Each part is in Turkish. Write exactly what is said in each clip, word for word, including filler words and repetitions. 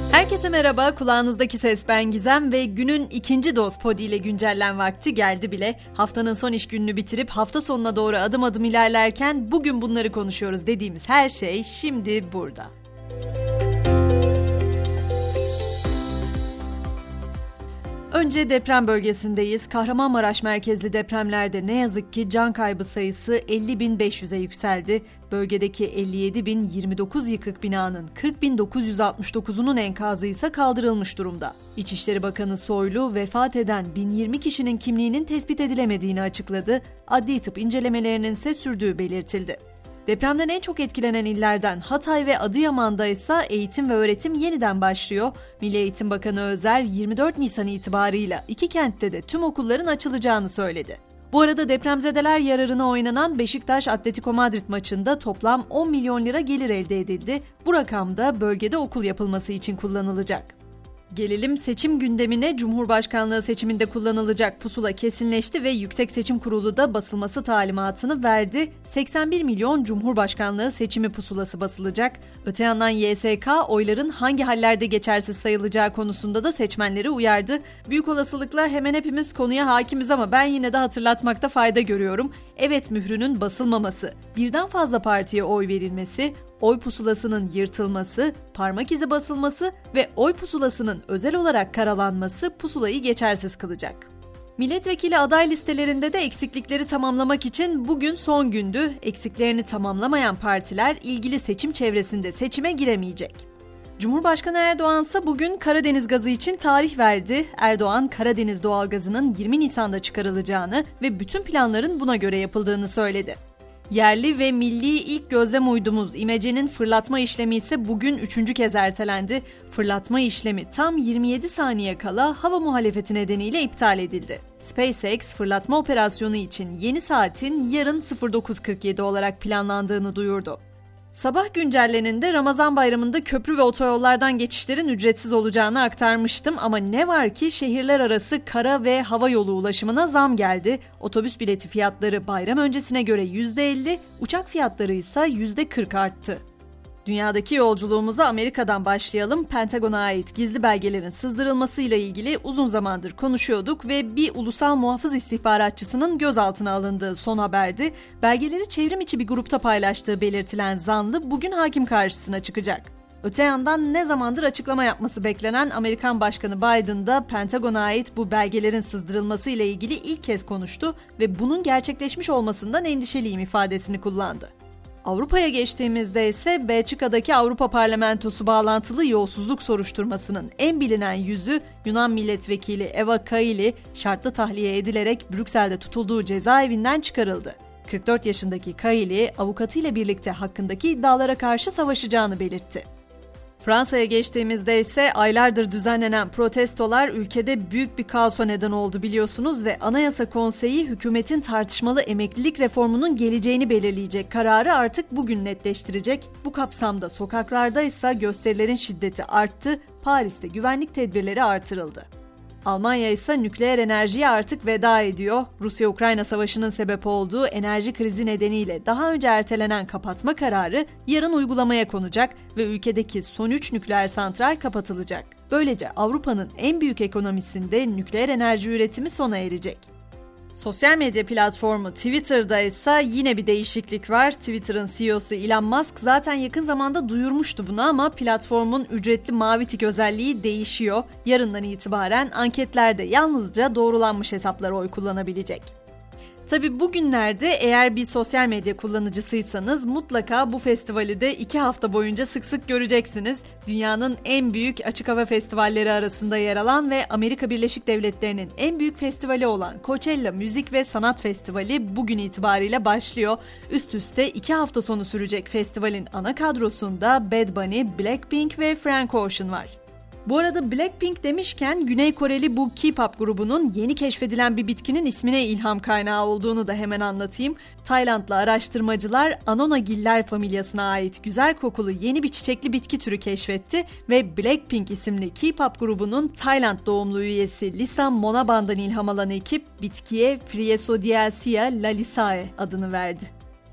Herkese merhaba, kulağınızdaki ses ben Gizem ve günün ikinci doz Podi ile güncellen vakti geldi bile. Haftanın son iş gününü bitirip hafta sonuna doğru adım adım ilerlerken bugün bunları konuşuyoruz dediğimiz her şey şimdi burada. Önce deprem bölgesindeyiz. Kahramanmaraş merkezli depremlerde ne yazık ki can kaybı sayısı elli bin beş yüze yükseldi. Bölgedeki elli yedi bin yirmi dokuz yıkık binanın kırk bin dokuz yüz altmış dokuzunun enkazı ise kaldırılmış durumda. İçişleri Bakanı Soylu vefat eden bin yirmi kişinin kimliğinin tespit edilemediğini açıkladı. Adli tıp incelemelerinin ise sürdüğü belirtildi. Depremden en çok etkilenen illerden Hatay ve Adıyaman'da ise eğitim ve öğretim yeniden başlıyor. Milli Eğitim Bakanı Özer yirmi dört Nisan itibarıyla iki kentte de tüm okulların açılacağını söyledi. Bu arada depremzedeler yararına oynanan Beşiktaş Atletico Madrid maçında toplam on milyon lira gelir elde edildi. Bu rakam da bölgede okul yapılması için kullanılacak. Gelelim seçim gündemine. Cumhurbaşkanlığı seçiminde kullanılacak pusula kesinleşti ve Yüksek Seçim Kurulu da basılması talimatını verdi. seksen bir milyon Cumhurbaşkanlığı seçimi pusulası basılacak. Öte yandan Y S K oyların hangi hallerde geçersiz sayılacağı konusunda da seçmenleri uyardı. Büyük olasılıkla hemen hepimiz konuya hakimiz ama ben yine de hatırlatmakta fayda görüyorum. Evet mührünün basılmaması, birden fazla partiye oy verilmesi, oy pusulasının yırtılması, parmak izi basılması ve oy pusulasının özel olarak karalanması pusulayı geçersiz kılacak. Milletvekili aday listelerinde de eksiklikleri tamamlamak için bugün son gündü. Eksiklerini tamamlamayan partiler ilgili seçim çevresinde seçime giremeyecek. Cumhurbaşkanı Erdoğan ise bugün Karadeniz gazı için tarih verdi. Erdoğan, Karadeniz doğalgazının yirmi Nisan'da çıkarılacağını ve bütün planların buna göre yapıldığını söyledi. Yerli ve milli ilk gözlem uydumuz İMECE'nin fırlatma işlemi ise bugün üçüncü kez ertelendi. Fırlatma işlemi tam yirmi yedi saniye kala hava muhalefeti nedeniyle iptal edildi. SpaceX fırlatma operasyonu için yeni saatin yarın dokuz kırk yedi olarak planlandığını duyurdu. Sabah güncelleninde Ramazan bayramında köprü ve otoyollardan geçişlerin ücretsiz olacağını aktarmıştım ama ne var ki şehirler arası kara ve hava yolu ulaşımına zam geldi. Otobüs bileti fiyatları bayram öncesine göre yüzde elli, uçak fiyatları ise yüzde kırk arttı. Dünyadaki yolculuğumuza Amerika'dan başlayalım. Pentagon'a ait gizli belgelerin sızdırılmasıyla ilgili uzun zamandır konuşuyorduk ve bir ulusal muhafız istihbaratçısının gözaltına alındığı son haberdi. Belgeleri çevrim içi bir grupta paylaştığı belirtilen zanlı bugün hakim karşısına çıkacak. Öte yandan ne zamandır açıklama yapması beklenen Amerikan Başkanı Biden da Pentagon'a ait bu belgelerin sızdırılması ile ilgili ilk kez konuştu ve bunun gerçekleşmiş olmasından endişeliyim ifadesini kullandı. Avrupa'ya geçtiğimizde ise Belçika'daki Avrupa Parlamentosu bağlantılı yolsuzluk soruşturmasının en bilinen yüzü Yunan milletvekili Eva Kaili şartlı tahliye edilerek Brüksel'de tutulduğu cezaevinden çıkarıldı. kırk dört yaşındaki Kaili avukatıyla birlikte hakkındaki iddialara karşı savaşacağını belirtti. Fransa'ya geçtiğimizde ise aylardır düzenlenen protestolar ülkede büyük bir kaosa neden oldu biliyorsunuz ve Anayasa Konseyi hükümetin tartışmalı emeklilik reformunun geleceğini belirleyecek kararı artık bugün netleştirecek. Bu kapsamda sokaklarda ise gösterilerin şiddeti arttı, Paris'te güvenlik tedbirleri artırıldı. Almanya ise nükleer enerjiye artık veda ediyor. Rusya-Ukrayna savaşının sebep olduğu enerji krizi nedeniyle daha önce ertelenen kapatma kararı yarın uygulamaya konacak ve ülkedeki son üç nükleer santral kapatılacak. Böylece Avrupa'nın en büyük ekonomisinde nükleer enerji üretimi sona erecek. Sosyal medya platformu Twitter'da ise yine bir değişiklik var. Twitter'ın C E O'su Elon Musk zaten yakın zamanda duyurmuştu bunu ama platformun ücretli mavi tik özelliği değişiyor. Yarından itibaren anketlerde yalnızca doğrulanmış hesaplara oy kullanabilecek. Tabii bugünlerde eğer bir sosyal medya kullanıcısıysanız mutlaka bu festivali de iki hafta boyunca sık sık göreceksiniz. Dünyanın en büyük açık hava festivalleri arasında yer alan ve Amerika Birleşik Devletleri'nin en büyük festivali olan Coachella Müzik ve Sanat Festivali bugün itibariyle başlıyor. Üst üste iki hafta sonu sürecek festivalin ana kadrosunda Bad Bunny, Blackpink ve Frank Ocean var. Bu arada Blackpink demişken Güney Koreli bu K-pop grubunun yeni keşfedilen bir bitkinin ismine ilham kaynağı olduğunu da hemen anlatayım. Taylandlı araştırmacılar Anonagiller familyasına ait güzel kokulu yeni bir çiçekli bitki türü keşfetti ve Blackpink isimli K-pop grubunun Tayland doğumlu üyesi Lisa Monaband'dan ilham alan ekip bitkiye Friesodiaceae lalisae adını verdi.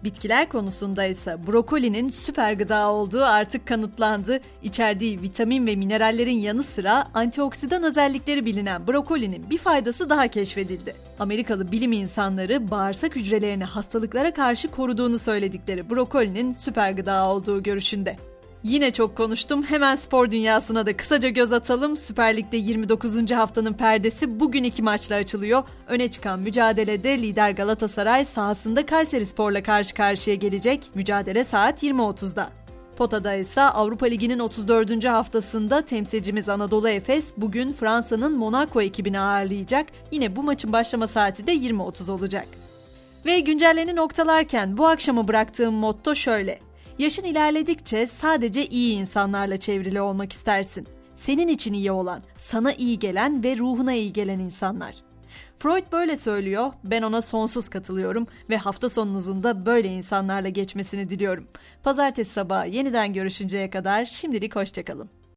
Bitkiler konusunda ise brokolinin süper gıda olduğu artık kanıtlandı. İçerdiği vitamin ve minerallerin yanı sıra antioksidan özellikleri bilinen brokolinin bir faydası daha keşfedildi. Amerikalı bilim insanları bağırsak hücrelerini hastalıklara karşı koruduğunu söyledikleri brokolinin süper gıda olduğu görüşünde. Yine çok konuştum. Hemen spor dünyasına da kısaca göz atalım. Süper Lig'de yirmi dokuzuncu haftanın perdesi bugün iki maçla açılıyor. Öne çıkan mücadelede lider Galatasaray sahasında Kayserispor'la karşı karşıya gelecek. Mücadele saat yirmi otuzda. Potada ise Avrupa Ligi'nin otuz dördüncü haftasında temsilcimiz Anadolu Efes bugün Fransa'nın Monaco ekibini ağırlayacak. Yine bu maçın başlama saati de yirmi otuz olacak. Ve güncelleni noktalarken bu akşama bıraktığım motto şöyle: yaşın ilerledikçe sadece iyi insanlarla çevrili olmak istersin. Senin için iyi olan, sana iyi gelen ve ruhuna iyi gelen insanlar. Freud böyle söylüyor, ben ona sonsuz katılıyorum ve hafta sonunuzun da böyle insanlarla geçmesini diliyorum. Pazartesi sabahı yeniden görüşünceye kadar şimdilik hoşça kalın.